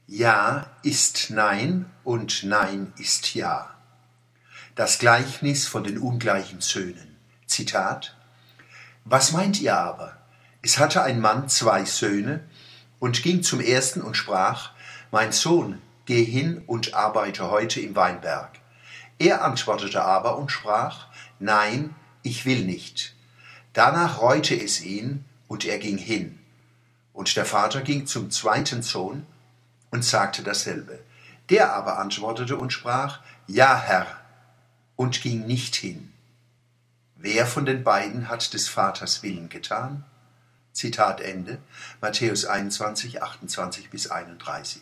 Ja ist Nein und Nein ist Ja. Das Gleichnis von den ungleichen Söhnen. Zitat: Was meint ihr aber? Es hatte ein Mann 2 Söhne und ging zum ersten und sprach: Mein Sohn, geh hin und arbeite heute im Weinberg. Er antwortete aber und sprach: Nein, ich will nicht. Danach reute es ihn, und er ging hin. Und der Vater ging zum zweiten Sohn und sagte dasselbe. Der aber antwortete und sprach: Ja, Herr, und ging nicht hin. Wer von den beiden hat des Vaters Willen getan? Zitat Ende, Matthäus 21, 28 bis 31.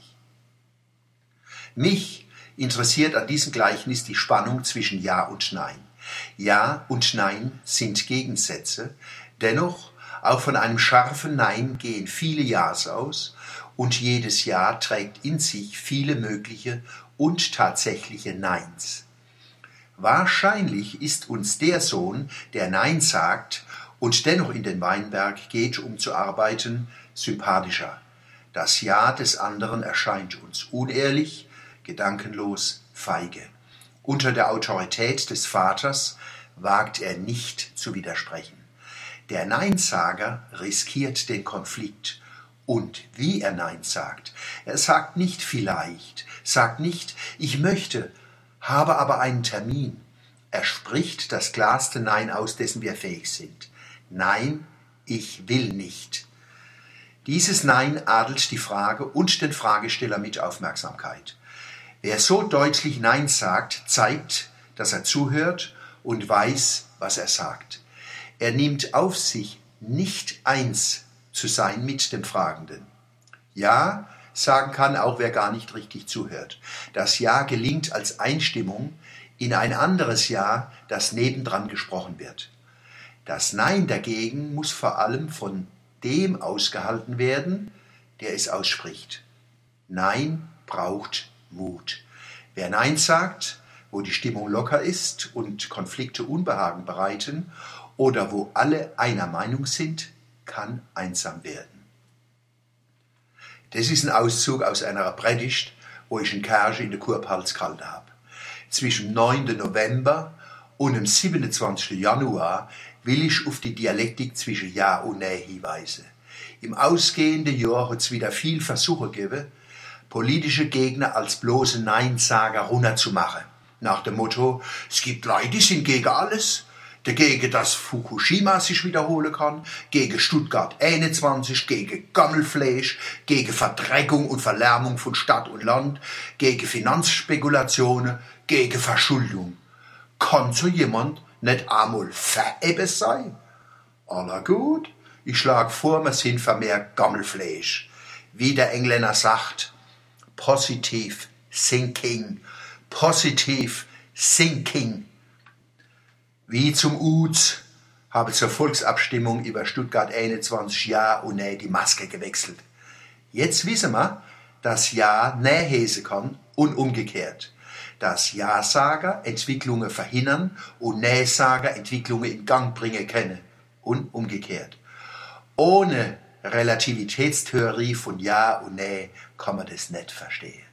Mich interessiert an diesem Gleichnis die Spannung zwischen Ja und Nein. Ja und Nein sind Gegensätze, dennoch auch von einem scharfen Nein gehen viele Ja's aus, und jedes Ja trägt in sich viele mögliche und tatsächliche Neins. Wahrscheinlich ist uns der Sohn, der Nein sagt und dennoch in den Weinberg geht, um zu arbeiten, sympathischer. Das Ja des anderen erscheint uns unehrlich, gedankenlos, feige. Unter der Autorität des Vaters wagt er nicht zu widersprechen. Der Neinsager riskiert den Konflikt. Und wie er Nein sagt. Er sagt nicht vielleicht, sagt nicht ich möchte, habe aber einen Termin. Er spricht das klarste Nein aus, dessen wir fähig sind. Nein, ich will nicht. Dieses Nein adelt die Frage und den Fragesteller mit Aufmerksamkeit. Wer so deutlich Nein sagt, zeigt, dass er zuhört und weiß, was er sagt. Er nimmt auf sich, nicht eins zu sein mit dem Fragenden. Ja sagen kann auch wer gar nicht richtig zuhört. Das Ja gelingt als Einstimmung in ein anderes Ja, das nebendran gesprochen wird. Das Nein dagegen muss vor allem von dem ausgehalten werden, der es ausspricht. Nein braucht Mut. Wer Nein sagt, wo die Stimmung locker ist und Konflikte Unbehagen bereiten oder wo alle einer Meinung sind, kann einsam werden. Das ist ein Auszug aus einer Predigt, wo ich in Kerge in der Kurpfalz gehalten habe. Zwischen dem 9. November und dem 27. Januar will ich auf die Dialektik zwischen Ja und Nein hinweisen. Im ausgehenden Jahr hat es wieder viel Versuche gegeben, politische Gegner als bloße Neinsager runterzumachen. Nach dem Motto, es gibt Leute, die sind gegen alles. Dagegen, dass Fukushima sich wiederholen kann, gegen Stuttgart 21, gegen Gammelfleisch, gegen Verdreckung und Verlärmung von Stadt und Land, gegen Finanzspekulationen, gegen Verschuldung. Kann so jemand nicht einmal verebbe sein? Aller gut, ich schlag vor, wir sind vermehrt Gammelfleisch. Wie der Engländer sagt, positive thinking, positive thinking. Wie zum Uz habe zur Volksabstimmung über Stuttgart 21 Ja und Nein die Maske gewechselt. Jetzt wissen wir, dass Ja Nein heißen kann und umgekehrt. Dass Ja-Sager Entwicklungen verhindern und Nein-Sager Entwicklungen in Gang bringen können und umgekehrt. Ohne Relativitätstheorie von Ja und Nein kann man das nicht verstehen.